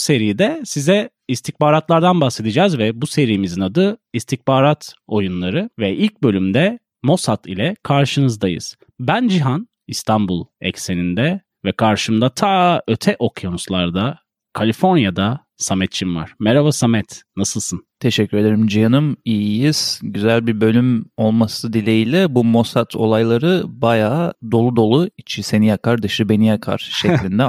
seride size istihbaratlardan bahsedeceğiz ve bu serimizin adı İstihbarat Oyunları ve ilk bölümde Mossad ile karşınızdayız. Ben Cihan, İstanbul ekseninde ve karşımda ta öte okyanuslarda, Kaliforniya'da Sametçim var. Merhaba Samet, nasılsın? Teşekkür ederim Cihan'ım. İyiyiz. Güzel bir bölüm olması dileğiyle bu Mossad olayları bayağı dolu dolu, içi seni yakar dışı beni yakar şeklinde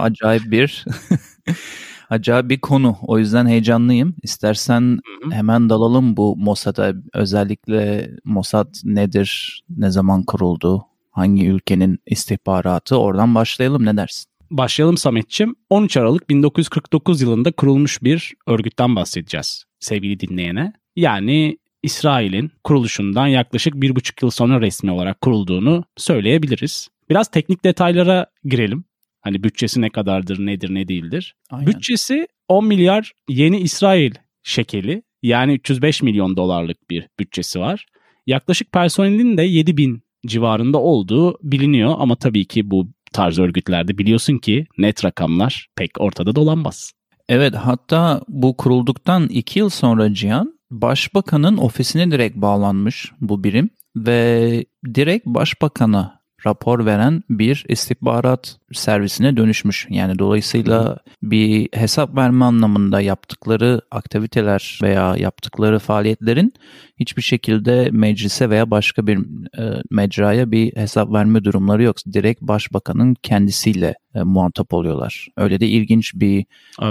acayip bir konu. O yüzden heyecanlıyım. İstersen hemen dalalım bu Mossad'a. Özellikle Mossad nedir, ne zaman kuruldu, hangi ülkenin istihbaratı, oradan başlayalım, ne dersin? Başlayalım Sametçim. 13 Aralık 1949 yılında kurulmuş bir örgütten bahsedeceğiz sevgili dinleyene. Yani İsrail'in kuruluşundan yaklaşık 1,5 yıl sonra resmi olarak kurulduğunu söyleyebiliriz. Biraz teknik detaylara girelim. Hani bütçesi ne kadardır, nedir, ne değildir. Aynen. Bütçesi 10 milyar yeni İsrail şekeli, yani 305 milyon dolarlık bir bütçesi var. Yaklaşık personelin de 7.000 civarında olduğu biliniyor ama tabii ki bu tarz örgütlerde biliyorsun ki net rakamlar pek ortada dolanmaz. Evet, hatta bu kurulduktan 2 yıl sonra Cihan, Başbakanın ofisine direkt bağlanmış bu birim ve direkt Başbakan'a rapor veren bir istihbarat servisine dönüşmüş. Yani dolayısıyla bir hesap verme anlamında yaptıkları aktiviteler veya yaptıkları faaliyetlerin hiçbir şekilde meclise veya başka bir mecraya bir hesap verme durumları yok. Direkt başbakanın kendisiyle muhatap oluyorlar. Öyle de ilginç bir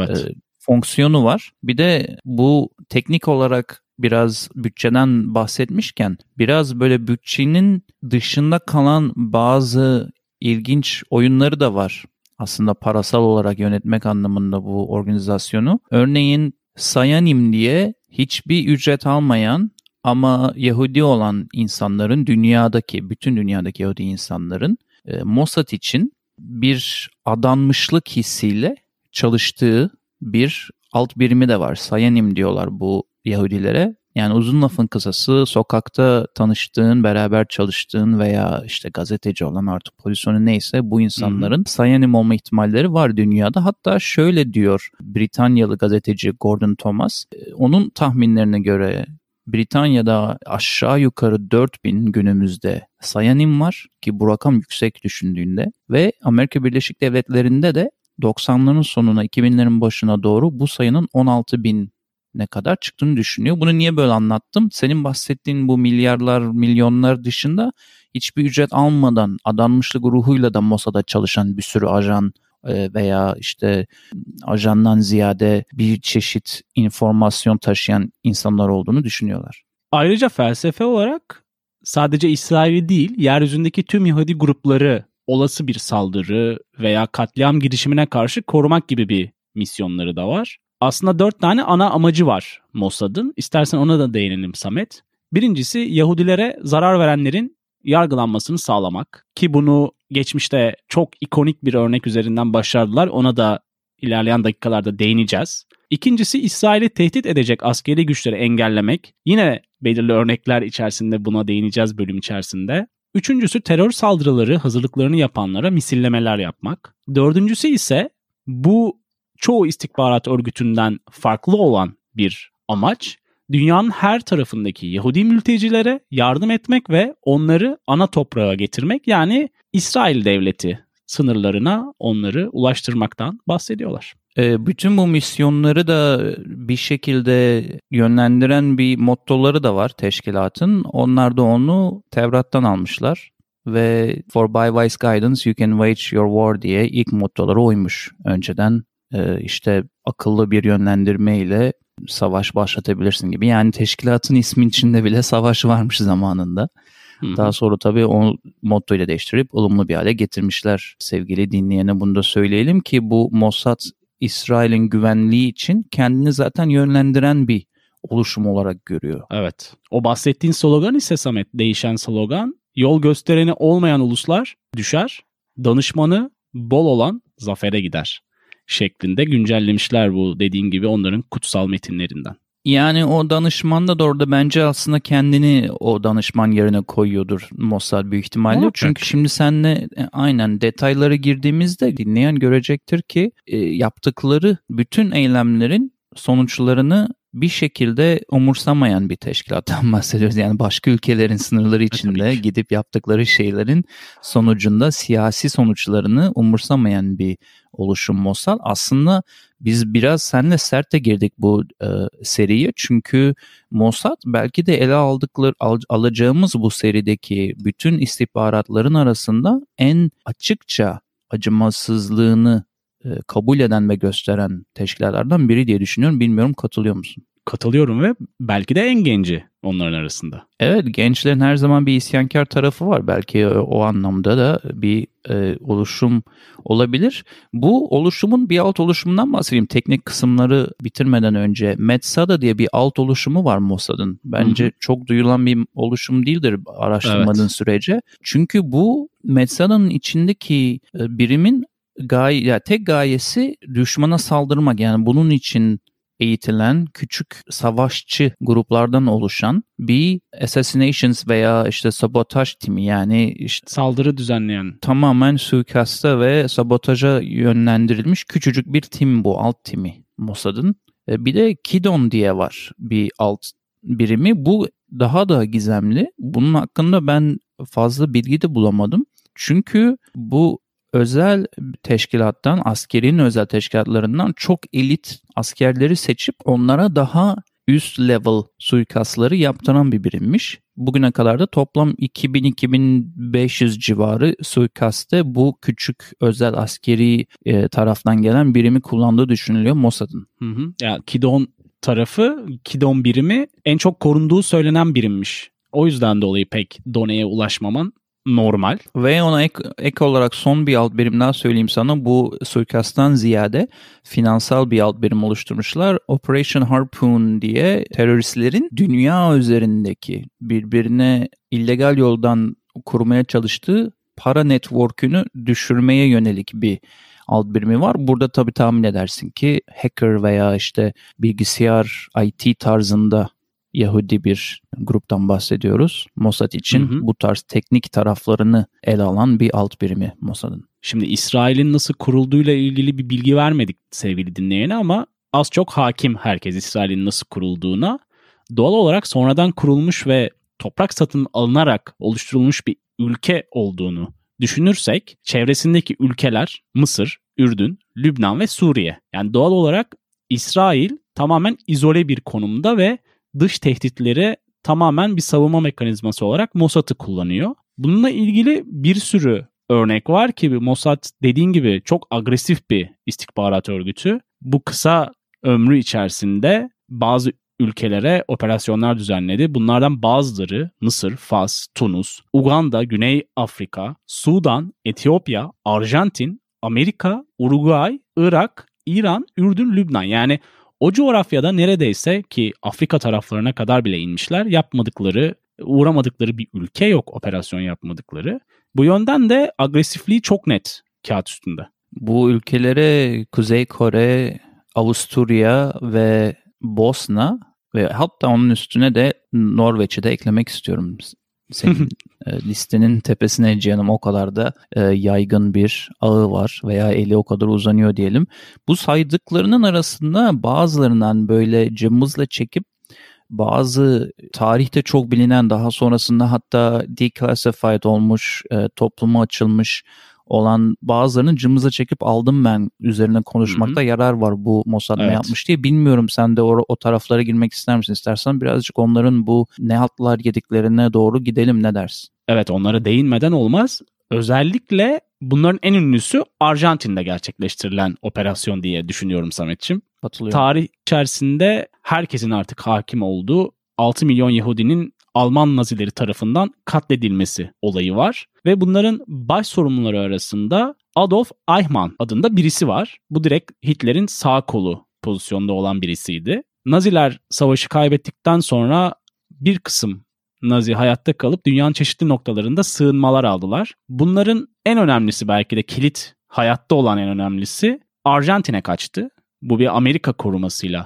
fonksiyonu var. Bir de bu teknik olarak biraz bütçeden bahsetmişken biraz böyle bütçenin dışında kalan bazı ilginç oyunları da var. Aslında parasal olarak yönetmek anlamında bu organizasyonu. Örneğin Sayanim diye hiçbir ücret almayan ama Yahudi olan insanların bütün dünyadaki Yahudi insanların Mossad için bir adanmışlık hissiyle çalıştığı bir alt birimi de var. Sayanim diyorlar bu Yahudilere. Yani uzun lafın kısası, sokakta tanıştığın, beraber çalıştığın veya işte gazeteci olan, artık pozisyonu neyse, bu insanların Sayanim olma ihtimalleri var dünyada. Hatta şöyle diyor Britanyalı gazeteci Gordon Thomas, onun tahminlerine göre Britanya'da aşağı yukarı 4.000 günümüzde Sayanim var ki bu rakam yüksek düşündüğünde ve Amerika Birleşik Devletleri'nde de 90'ların sonuna 2000'lerin başına doğru bu sayının 16.000 ne kadar çıktığını düşünüyor. Bunu niye böyle anlattım? Senin bahsettiğin bu milyarlar, milyonlar dışında hiçbir ücret almadan adanmışlık ruhuyla da Mossad'a çalışan bir sürü ajan veya işte ajandan ziyade bir çeşit informasyon taşıyan insanlar olduğunu düşünüyorlar. Ayrıca felsefe olarak sadece İsrail'i değil, yeryüzündeki tüm Yahudi grupları olası bir saldırı veya katliam girişimine karşı korumak gibi bir misyonları da var. Aslında 4 tane ana amacı var Mossad'ın. İstersen ona da değinelim Samet. Birincisi Yahudilere zarar verenlerin yargılanmasını sağlamak. Ki bunu geçmişte çok ikonik bir örnek üzerinden başardılar. Ona da ilerleyen dakikalarda değineceğiz. İkincisi İsrail'i tehdit edecek askeri güçleri engellemek. Yine belirli örnekler içerisinde buna değineceğiz bölüm içerisinde. Üçüncüsü terör saldırıları hazırlıklarını yapanlara misillemeler yapmak. Dördüncüsü ise bu çoğu istihbarat örgütünden farklı olan bir amaç, dünyanın her tarafındaki Yahudi mültecilere yardım etmek ve onları ana toprağa getirmek, yani İsrail devleti sınırlarına onları ulaştırmaktan bahsediyorlar. Bütün bu misyonları da bir şekilde yönlendiren bir mottoları da var teşkilatın. Onlar da onu Tevrat'tan almışlar ve "For by wise guidance you can wage your war" diye ilk mottoları oymuş. Önceden işte akıllı bir yönlendirme ile savaş başlatabilirsin gibi. Yani teşkilatın ismin içinde bile savaş varmış zamanında. Daha sonra tabii o mottoyu da değiştirip ılımlı bir hale getirmişler. Sevgili dinleyene bunu da söyleyelim ki bu Mossad İsrail'in güvenliği için kendini zaten yönlendiren bir oluşum olarak görüyor. Evet. O bahsettiğin slogan ise Samet, değişen slogan, yol göstereni olmayan uluslar düşer, danışmanı bol olan zafere gider şeklinde güncellemişler bu, dediğin gibi, onların kutsal metinlerinden. Yani o danışman da orada bence aslında kendini o danışman yerine koyuyordur Mossad büyük ihtimalle. Muhakkak. Çünkü şimdi seninle aynen detaylara girdiğimizde dinleyen görecektir ki yaptıkları bütün eylemlerin sonuçlarını bir şekilde umursamayan bir teşkilattan bahsediyoruz. Yani başka ülkelerin sınırları içinde gidip yaptıkları şeylerin sonucunda siyasi sonuçlarını umursamayan bir oluşum Mossad. Aslında biz biraz seninle sert de girdik bu seriye. Çünkü Mossad belki de ele alacağımız bu serideki bütün istihbaratların arasında en açıkça acımasızlığını kabul eden ve gösteren teşkilatlardan biri diye düşünüyorum. Bilmiyorum, katılıyor musun? Katılıyorum ve belki de en genci onların arasında. Evet, gençlerin her zaman bir isyankar tarafı var. Belki o anlamda da bir oluşum olabilir. Bu oluşumun bir alt oluşumundan bahsedeyim. Teknik kısımları bitirmeden önce Metsada diye bir alt oluşumu var Mossad'ın. Bence çok duyulan bir oluşum değildir araştırmadığın sürece. Çünkü bu Metsada'nın içindeki birimin tek gayesi düşmana saldırmak. Yani bunun için eğitilen küçük savaşçı gruplardan oluşan bir assassinations veya işte sabotaj timi, yani işte saldırı düzenleyen, tamamen suikasta ve sabotaja yönlendirilmiş küçücük bir tim, bu alt timi Mossad'ın. Bir de Kidon diye var bir alt birimi. Bu daha da gizemli. Bunun hakkında ben fazla bilgi de bulamadım. Çünkü bu özel teşkilattan, askerinin özel teşkilatlarından çok elit askerleri seçip onlara daha üst level suikastları yaptıran bir birimmiş. Bugüne kadar da toplam 2000-2500 civarı suikaste bu küçük özel askeri taraftan gelen birimi kullandığı düşünülüyor Mossad'ın. Ya Kidon tarafı, Kidon birimi en çok korunduğu söylenen birimmiş. O yüzden dolayı pek Done'ye ulaşmaman normal. Ve ona ek olarak son bir alt birim daha söyleyeyim sana. Bu suikasttan ziyade finansal bir alt birim oluşturmuşlar. Operation Harpoon diye teröristlerin dünya üzerindeki birbirine illegal yoldan kurmaya çalıştığı para network'ünü düşürmeye yönelik bir alt birimi var. Burada tabii tahmin edersin ki hacker veya işte bilgisayar IT tarzında Yahudi bir gruptan bahsediyoruz. Mossad için bu tarz teknik taraflarını ele alan bir alt birimi Mossad'ın. Şimdi İsrail'in nasıl kurulduğuyla ilgili bir bilgi vermedik sevgili dinleyene ama az çok hakim herkes İsrail'in nasıl kurulduğuna. Doğal olarak sonradan kurulmuş ve toprak satın alınarak oluşturulmuş bir ülke olduğunu düşünürsek çevresindeki ülkeler Mısır, Ürdün, Lübnan ve Suriye. Yani doğal olarak İsrail tamamen izole bir konumda ve dış tehditleri tamamen bir savunma mekanizması olarak Mossad'ı kullanıyor. Bununla ilgili bir sürü örnek var ki Mossad dediğin gibi çok agresif bir istihbarat örgütü. Bu kısa ömrü içerisinde bazı ülkelere operasyonlar düzenledi. Bunlardan bazıları Mısır, Fas, Tunus, Uganda, Güney Afrika, Sudan, Etiyopya, Arjantin, Amerika, Uruguay, Irak, İran, Ürdün, Lübnan. Yani o coğrafyada neredeyse ki Afrika taraflarına kadar bile inmişler. Uğramadıkları bir ülke yok operasyon yapmadıkları. Bu yönden de agresifliği çok net kağıt üstünde. Bu ülkelere Kuzey Kore, Avusturya ve Bosna ve hatta onun üstüne de Norveç'i de eklemek istiyorum. Senin listenin tepesine Cihan'ım, o kadar da yaygın bir ağı var veya eli o kadar uzanıyor diyelim. Bu saydıklarının arasında bazılarından böyle cımbızla çekip bazı tarihte çok bilinen, daha sonrasında hatta declassified olmuş, topluma açılmış olan bazılarını cımbıza çekip aldım ben, üzerine konuşmakta yarar var bu Mossad ne yapmış diye. Bilmiyorum, sen de o taraflara girmek ister misin? İstersen birazcık onların bu ne hatlar yediklerine doğru gidelim, ne dersin? Evet, onlara değinmeden olmaz. Özellikle bunların en ünlüsü Arjantin'de gerçekleştirilen operasyon diye düşünüyorum Samet'ciğim. Katılıyorum. Tarih içerisinde herkesin artık hakim olduğu 6 milyon Yahudinin Alman Nazileri tarafından katledilmesi olayı var. Ve bunların baş sorumluları arasında Adolf Eichmann adında birisi var. Bu direkt Hitler'in sağ kolu pozisyonda olan birisiydi. Naziler savaşı kaybettikten sonra bir kısım Nazi hayatta kalıp dünyanın çeşitli noktalarında sığınmalar aldılar. Bunların en önemlisi, belki de hayatta olan en önemlisi Arjantin'e kaçtı. Bu bir Amerika korumasıyla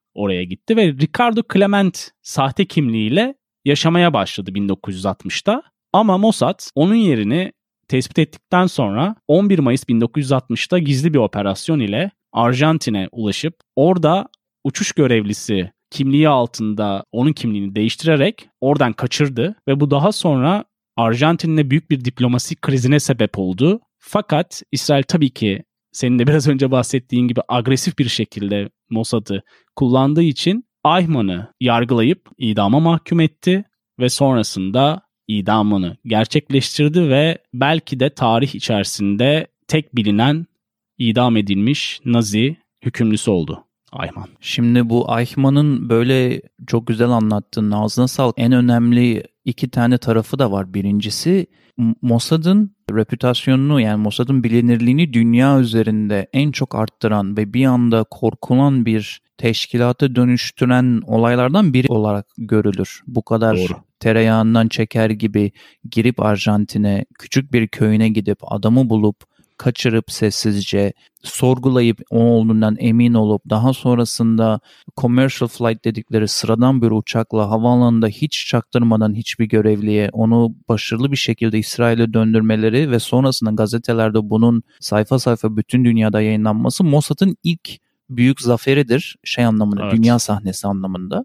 oraya gitti ve Ricardo Clement sahte kimliğiyle yaşamaya başladı 1960'ta. Ama Mossad onun yerini tespit ettikten sonra 11 Mayıs 1960'ta gizli bir operasyon ile Arjantin'e ulaşıp orada uçuş görevlisi kimliği altında onun kimliğini değiştirerek oradan kaçırdı ve bu daha sonra Arjantin'le büyük bir diplomasi krizine sebep oldu. Fakat İsrail tabii ki senin de biraz önce bahsettiğin gibi agresif bir şekilde Mossad'ı kullandığı için Eichmann'ı yargılayıp idama mahkum etti ve sonrasında idamını gerçekleştirdi ve belki de tarih içerisinde tek bilinen idam edilmiş Nazi hükümlüsü oldu Eichmann. Şimdi bu Eichmann'ın böyle çok güzel anlattığın, ağzına sağlık. En önemli iki tane tarafı da var. Birincisi Mossad'ın reputasyonunu, yani Mossad'ın bilinirliğini dünya üzerinde en çok arttıran ve bir anda korkulan bir teşkilata dönüştüren olaylardan biri olarak görülür. Bu kadar Doğru. tereyağından çeker gibi girip Arjantin'e, küçük bir köyüne gidip adamı bulup kaçırıp sessizce sorgulayıp o olduğundan emin olup daha sonrasında commercial flight dedikleri sıradan bir uçakla havaalanında hiç çaktırmadan hiçbir görevliye onu başarılı bir şekilde İsrail'e döndürmeleri ve sonrasında gazetelerde bunun sayfa sayfa bütün dünyada yayınlanması Mossad'ın ilk büyük zaferidir şey anlamında, evet. Dünya sahnesi anlamında.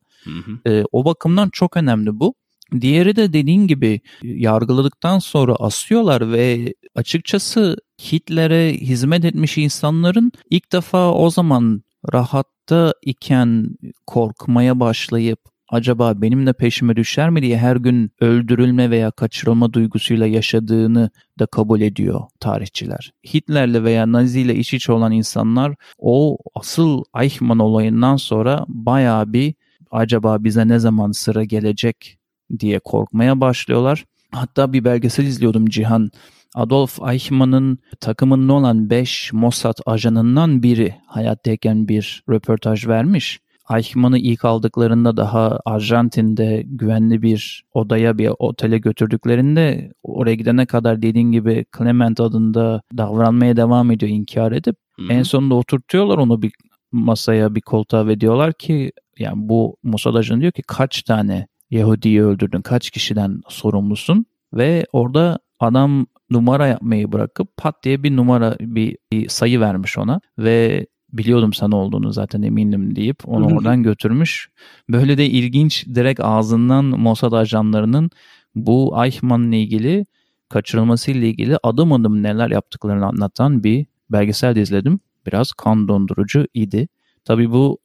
O bakımdan çok önemli bu. Diğeri de dediğin gibi yargıladıktan sonra asıyorlar ve açıkçası Hitler'e hizmet etmiş insanların ilk defa o zaman rahatta iken korkmaya başlayıp acaba benim de peşime düşer mi diye her gün öldürülme veya kaçırılma duygusuyla yaşadığını da kabul ediyor tarihçiler. Hitler'le veya Nazi ile iç içe olan insanlar o asıl Eichmann olayından sonra bayağı bir acaba bize ne zaman sıra gelecek diye korkmaya başlıyorlar. Hatta bir belgesel izliyordum Cihan. Adolf Eichmann'ın takımında olan 5 Mossad ajanından biri hayattayken bir röportaj vermiş. Eichmann'ı ilk aldıklarında daha Arjantin'de güvenli bir odaya, bir otele götürdüklerinde oraya gidene kadar dediğin gibi Clement adında davranmaya devam ediyor, inkar edip. En sonunda oturtuyorlar onu bir masaya, bir koltuğa ve diyorlar ki yani bu Mossad ajanı diyor ki kaç tane Yahudi'yi öldürdün, kaç kişiden sorumlusun ve orada adam numara yapmayı bırakıp pat diye bir numara, bir sayı vermiş ona ve biliyordum sen olduğunu zaten emindim deyip onu oradan götürmüş. Böyle de ilginç, direkt ağzından Mossad ajanlarının bu Eichmann'la ilgili kaçırılmasıyla ilgili adım adım neler yaptıklarını anlatan bir belgesel de izledim. Biraz kan dondurucu idi. Tabii bu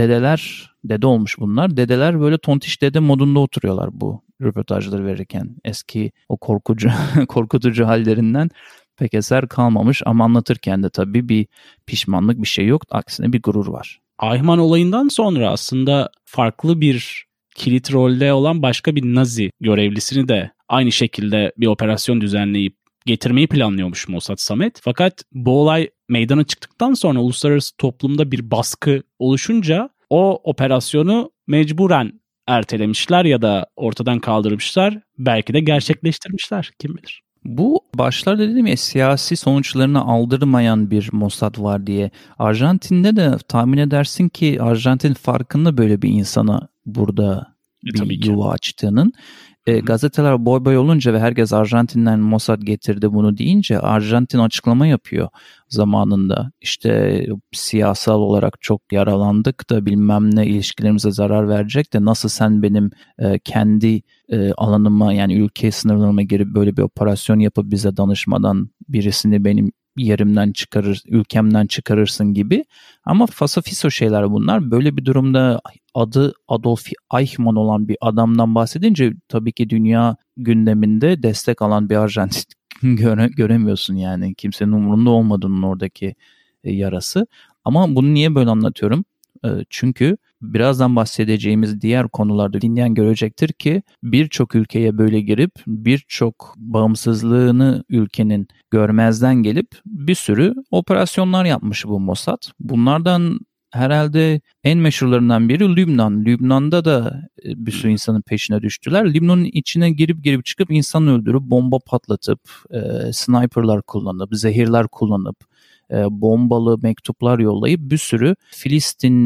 dede olmuş bunlar. Dedeler böyle tontiş dede modunda oturuyorlar bu röportajları verirken. Eski o korkutucu hallerinden pek eser kalmamış ama anlatırken de tabii bir pişmanlık, bir şey yok. Aksine bir gurur var. Eichmann olayından sonra aslında farklı bir kilit rolde olan başka bir Nazi görevlisini de aynı şekilde bir operasyon düzenleyip getirmeyi planlıyormuş Mossad Samet. Fakat bu olay meydana çıktıktan sonra uluslararası toplumda bir baskı oluşunca o operasyonu mecburen ertelemişler ya da ortadan kaldırmışlar. Belki de gerçekleştirmişler. Kim bilir. Bu başlarda dedim ya siyasi sonuçlarını aldırmayan bir Mossad var diye. Arjantin'de de tahmin edersin ki Arjantin farkında böyle bir insana burada bir yuva açtığının. Gazeteler boy boy olunca ve herkes Arjantin'den Mossad getirdi bunu deyince Arjantin açıklama yapıyor zamanında. İşte siyasal olarak çok yaralandık da bilmem ne ilişkilerimize zarar verecek de nasıl sen benim kendi alanıma yani ülke sınırlarıma girip böyle bir operasyon yapıp bize danışmadan birisini benim yerimden çıkarır, ülkemden çıkarırsın gibi. Ama fasafiso şeyler bunlar. Böyle bir durumda adı Adolf Eichmann olan bir adamdan bahsedince tabii ki dünya gündeminde destek alan bir Arjantin göremiyorsun yani. Kimsenin umurunda olmadığının oradaki yarası. Ama bunu niye böyle anlatıyorum? Çünkü birazdan bahsedeceğimiz diğer konularda dinleyen görecektir ki birçok ülkeye böyle girip birçok bağımsızlığını ülkenin görmezden gelip bir sürü operasyonlar yapmış bu Mossad. Bunlardan herhalde en meşhurlarından biri Lübnan. Lübnan'da da bir sürü insanın peşine düştüler. Lübnan'ın içine girip çıkıp insan öldürüp bomba patlatıp sniperlar kullanıp zehirler kullanıp bombalı mektuplar yollayıp bir sürü Filistin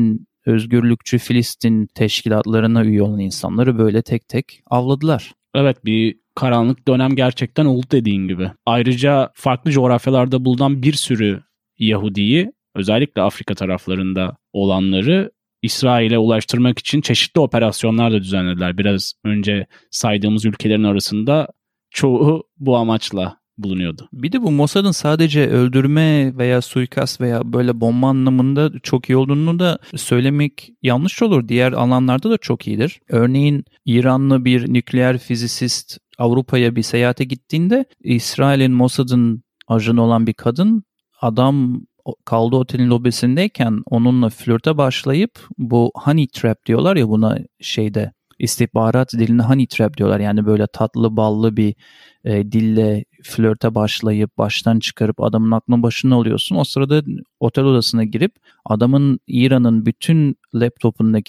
özgürlükçü Filistin teşkilatlarına üye olan insanları böyle tek tek avladılar. Evet, bir karanlık dönem gerçekten oldu dediğin gibi. Ayrıca farklı coğrafyalarda bulunan bir sürü Yahudiyi, özellikle Afrika taraflarında olanları İsrail'e ulaştırmak için çeşitli operasyonlar da düzenlediler. Biraz önce saydığımız ülkelerin arasında çoğu bu amaçla bulunuyordu. Bir de bu Mossad'ın sadece öldürme veya suikast veya böyle bomba anlamında çok iyi olduğunu da söylemek yanlış olur. Diğer alanlarda da çok iyidir. Örneğin İranlı bir nükleer fizisist Avrupa'ya bir seyahate gittiğinde İsrail'in Mossad'ın ajanı olan bir kadın, adam kaldığı otelin lobisindeyken onunla flörte başlayıp, bu honey trap diyorlar ya buna şeyde, istihbarat dilinde honey trap diyorlar. Yani böyle tatlı ballı bir dille flörte başlayıp baştan çıkarıp adamın aklını başına alıyorsun. O sırada otel odasına girip adamın İran'ın bütün laptopundaki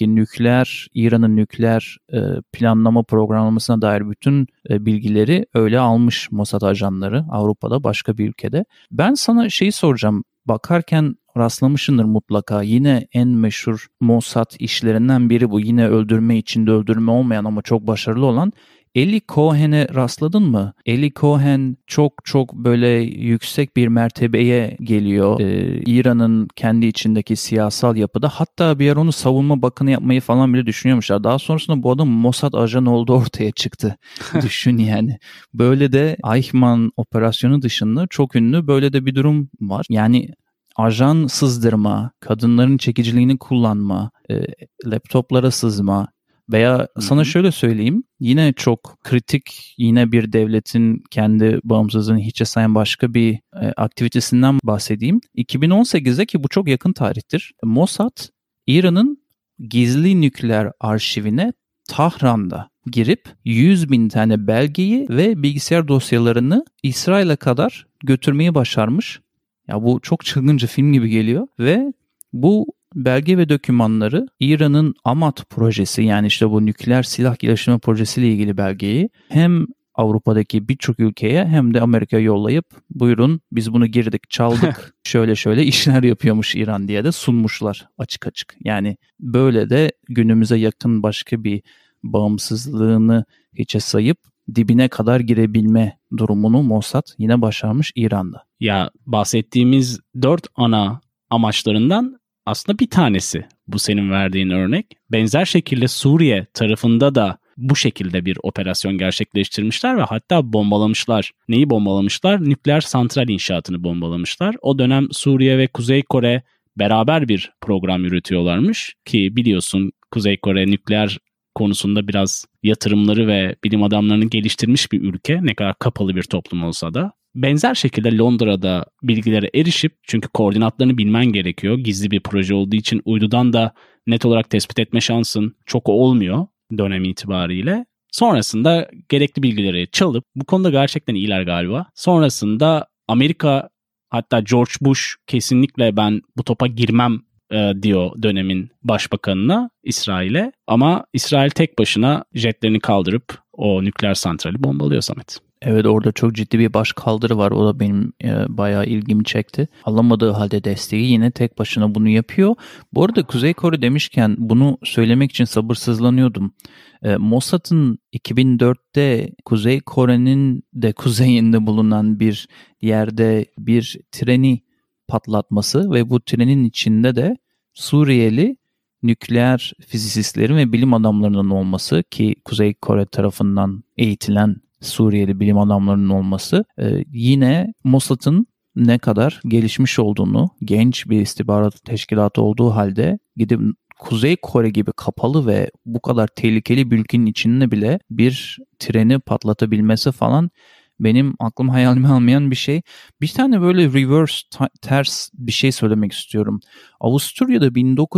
İran'ın nükleer planlama programlamasına dair bütün bilgileri öyle almış Mossad ajanları Avrupa'da, başka bir ülkede. Ben sana şeyi soracağım. Bakarken rastlamışsındır mutlaka. Yine en meşhur Mossad işlerinden biri bu. Yine öldürme içinde öldürme olmayan ama çok başarılı olan Eli Cohen'e rastladın mı? Eli Cohen çok böyle yüksek bir mertebeye geliyor. İran'ın kendi içindeki siyasal yapıda. Hatta bir yer onu savunma bakanı yapmayı falan bile düşünüyormuşlar. Daha sonrasında bu adam Mossad ajanı olduğu ortaya çıktı. Düşün yani. Böyle de Eichmann operasyonu dışında çok ünlü böyle de bir durum var. Yani ajan sızdırma, kadınların çekiciliğini kullanma, laptoplara sızma veya sana şöyle söyleyeyim, yine çok kritik, yine bir devletin kendi bağımsızlığını hiçe sayan başka bir aktivitesinden bahsedeyim. 2018'de, ki bu çok yakın tarihtir, Mossad İran'ın gizli nükleer arşivine Tahran'da girip 100.000 tane belgeyi ve bilgisayar dosyalarını İsrail'e kadar götürmeyi başarmış. Ya bu çok çılgınca, film gibi geliyor ve bu belge ve dokümanları İran'ın Amat projesi, yani işte bu nükleer silah geliştirme projesiyle ilgili belgeyi hem Avrupa'daki birçok ülkeye hem de Amerika'ya yollayıp buyurun biz bunu girdik, çaldık, şöyle işler yapıyormuş İran diye de sunmuşlar açık açık. Yani böyle de günümüze yakın başka bir bağımsızlığını hiçe sayıp dibine kadar girebilme durumunu Mossad yine başarmış İran'da. Ya bahsettiğimiz 4 ana amaçlarından aslında bir tanesi bu senin verdiğin örnek. Benzer şekilde Suriye tarafında da bu şekilde bir operasyon gerçekleştirmişler ve hatta bombalamışlar. Neyi bombalamışlar? Nükleer santral inşaatını bombalamışlar. O dönem Suriye ve Kuzey Kore beraber bir program yürütüyorlarmış ki biliyorsun Kuzey Kore nükleer konusunda biraz yatırımları ve bilim adamlarını geliştirmiş bir ülke. Ne kadar kapalı bir toplum olsa da. Benzer şekilde Londra'da bilgilere erişip, çünkü koordinatlarını bilmen gerekiyor. Gizli bir proje olduğu için uydudan da net olarak tespit etme şansın çok olmuyor dönem itibariyle. Sonrasında gerekli bilgileri çalıp, bu konuda gerçekten iyiler galiba. Sonrasında Amerika, hatta George Bush kesinlikle ben bu topa girmem diyor dönemin başbakanına, İsrail'e. Ama İsrail tek başına jetlerini kaldırıp o nükleer santrali bombalıyor Samet. Evet, orada çok ciddi bir başkaldırı var. O da benim bayağı ilgimi çekti. Alamadığı halde desteği yine tek başına bunu yapıyor. Bu arada Kuzey Kore demişken bunu söylemek için sabırsızlanıyordum. Mossad'ın 2004'te Kuzey Kore'nin de kuzeyinde bulunan bir yerde bir treni patlatması ve bu trenin içinde de Suriyeli nükleer fizisistlerin ve bilim adamlarının olması, ki Kuzey Kore tarafından eğitilen Suriyeli bilim adamlarının olması yine Mossad'ın ne kadar gelişmiş olduğunu, genç bir istihbarat teşkilatı olduğu halde gidip Kuzey Kore gibi kapalı ve bu kadar tehlikeli bir ülkenin içinde bile bir treni patlatabilmesi falan benim aklım hayalime almayan bir şey. Bir tane böyle reverse, ters bir şey söylemek istiyorum. Avusturya'da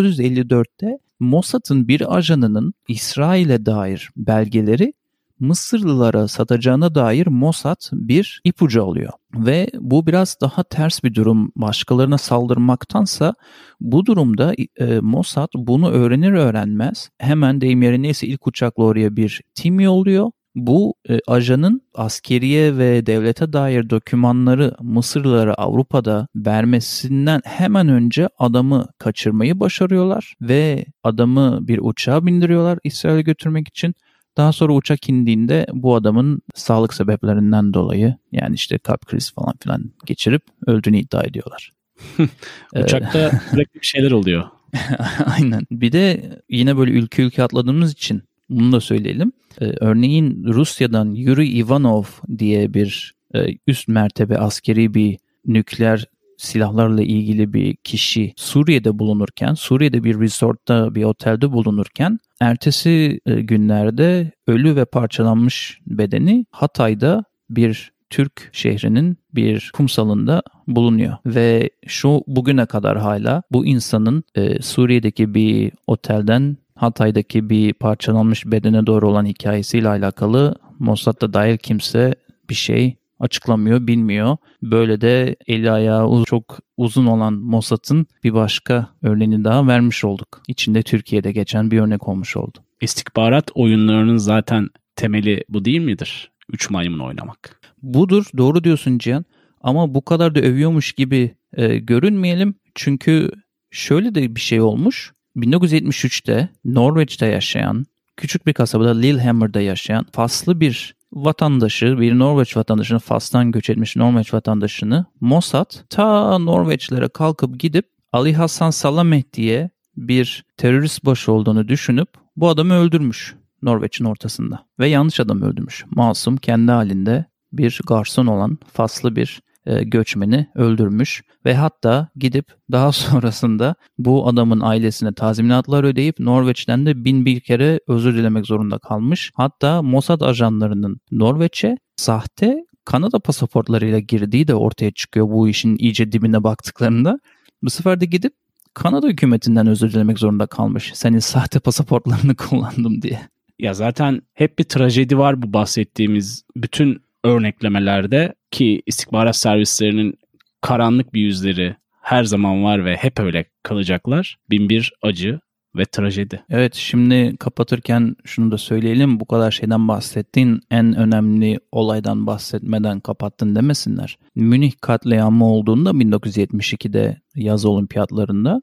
1954'te Mossad'ın bir ajanının İsrail'e dair belgeleri Mısırlılara satacağına dair Mossad bir ipucu alıyor. Ve bu biraz daha ters bir durum. Başkalarına saldırmaktansa bu durumda Mossad bunu öğrenir öğrenmez hemen deyim yerine ise ilk uçakla oraya bir tim yolluyor. Bu ajanın askeriye ve devlete dair dokümanları Mısırlılara Avrupa'da vermesinden hemen önce adamı kaçırmayı başarıyorlar ve adamı bir uçağa bindiriyorlar İsrail'e götürmek için. Daha sonra uçak indiğinde bu adamın sağlık sebeplerinden dolayı yani işte kalp krizi falan filan geçirip öldüğünü iddia ediyorlar. Uçakta sürekli bir şeyler oluyor. Aynen. Bir de yine böyle ülke atladığımız için bunu da söyleyelim. Örneğin Rusya'dan Yuri Ivanov diye bir üst mertebe askeri bir nükleer silahlarla ilgili bir kişi Suriye'de bulunurken, Suriye'de bir resortta, bir otelde bulunurken ertesi günlerde ölü ve parçalanmış bedeni Hatay'da bir Türk şehrinin bir kumsalında bulunuyor. Ve şu bugüne kadar hala bu insanın Suriye'deki bir otelden Hatay'daki bir parçalanmış bedene doğru olan hikayesiyle alakalı Mossad'da dair kimse bir şey açıklamıyor, bilmiyor. Böyle de eli ayağı çok uzun olan Mossad'ın bir başka örneğini daha vermiş olduk. İçinde Türkiye'de geçen bir örnek olmuş oldu. İstihbarat oyunlarının zaten temeli bu değil midir? 3 maymun oynamak. Budur, doğru diyorsun Cihan. Ama bu kadar da övüyormuş gibi görünmeyelim. Çünkü şöyle de bir şey olmuş. 1973'te Norveç'te yaşayan, küçük bir kasabada Lillehammer'da yaşayan Faslı bir vatandaşı, bir Norveç vatandaşını, Fas'tan göç etmiş Norveç vatandaşını Mossad ta Norveçlere kalkıp gidip Ali Hasan Salameh diye bir terörist başı olduğunu düşünüp bu adamı öldürmüş Norveç'in ortasında. Ve yanlış adamı öldürmüş. Masum, kendi halinde bir garson olan Faslı bir göçmeni öldürmüş ve hatta gidip daha sonrasında bu adamın ailesine tazminatlar ödeyip Norveç'ten de 1001 kere özür dilemek zorunda kalmış. Hatta Mossad ajanlarının Norveç'e sahte Kanada pasaportlarıyla girdiği de ortaya çıkıyor bu işin iyice dibine baktıklarında. Bu sefer de gidip Kanada hükümetinden özür dilemek zorunda kalmış. Senin sahte pasaportlarını kullandım diye. Ya zaten hep bir trajedi var bu bahsettiğimiz bütün örneklemelerde ki istihbarat servislerinin karanlık bir yüzleri her zaman var ve hep öyle kalacaklar. 1001 acı ve trajedi. Evet, şimdi kapatırken şunu da söyleyelim. Bu kadar şeyden bahsettin, en önemli olaydan bahsetmeden kapattın demesinler. Münih katliamı olduğunda 1972'de yaz olimpiyatlarında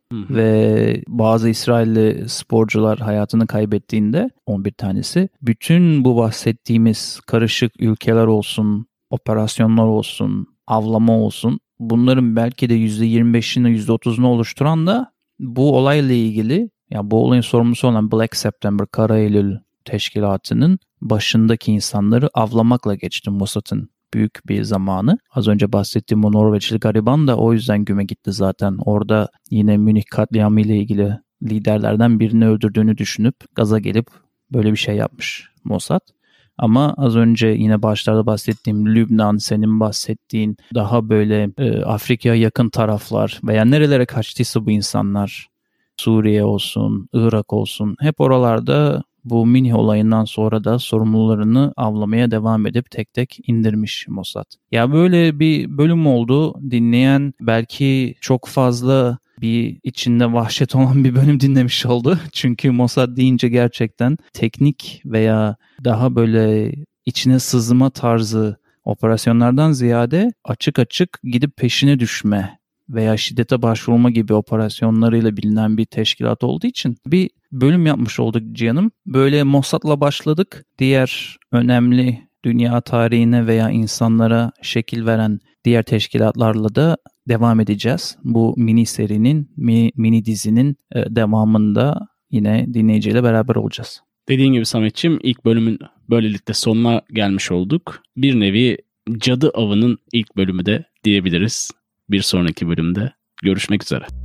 ve bazı İsrailli sporcular hayatını kaybettiğinde 11 tanesi bütün bu bahsettiğimiz karışık ülkeler olsun, operasyonlar olsun, avlama olsun bunların belki de %25'ini %30'unu oluşturan da bu olayla ilgili ya bu olayın sorumlusu olan Black September, Kara Eylül teşkilatının başındaki insanları avlamakla geçti Mossad'ın büyük bir zamanı. Az önce bahsettiğim o Norveçli gariban da o yüzden güme gitti zaten. Orada yine Münih katliamı ile ilgili liderlerden birini öldürdüğünü düşünüp gaza gelip böyle bir şey yapmış Mossad. Ama az önce yine başlarda bahsettiğim Lübnan, senin bahsettiğin daha böyle Afrika'ya yakın taraflar veya nerelere kaçtıysa bu insanlar, Suriye olsun, Irak olsun, hep oralarda bu Münih olayından sonra da sorumlularını avlamaya devam edip tek tek indirmiş Mossad. Ya böyle bir bölüm oldu. Dinleyen belki çok fazla bir içinde vahşet olan bir bölüm dinlemiş oldu. Çünkü Mossad deyince gerçekten teknik veya daha böyle içine sızma tarzı operasyonlardan ziyade açık açık gidip peşine düşme veya şiddete başvurma gibi operasyonlarıyla bilinen bir teşkilat olduğu için bir bölüm yapmış olduk Cihan'ım. Böyle Mossad'la başladık. Diğer önemli dünya tarihine veya insanlara şekil veren diğer teşkilatlarla da devam edeceğiz. Bu mini serinin, mini dizinin devamında yine dinleyiciyle beraber olacağız. Dediğin gibi Samet'ciğim ilk bölümün böylelikle sonuna gelmiş olduk. Bir nevi cadı avının ilk bölümü de diyebiliriz. Bir sonraki bölümde görüşmek üzere.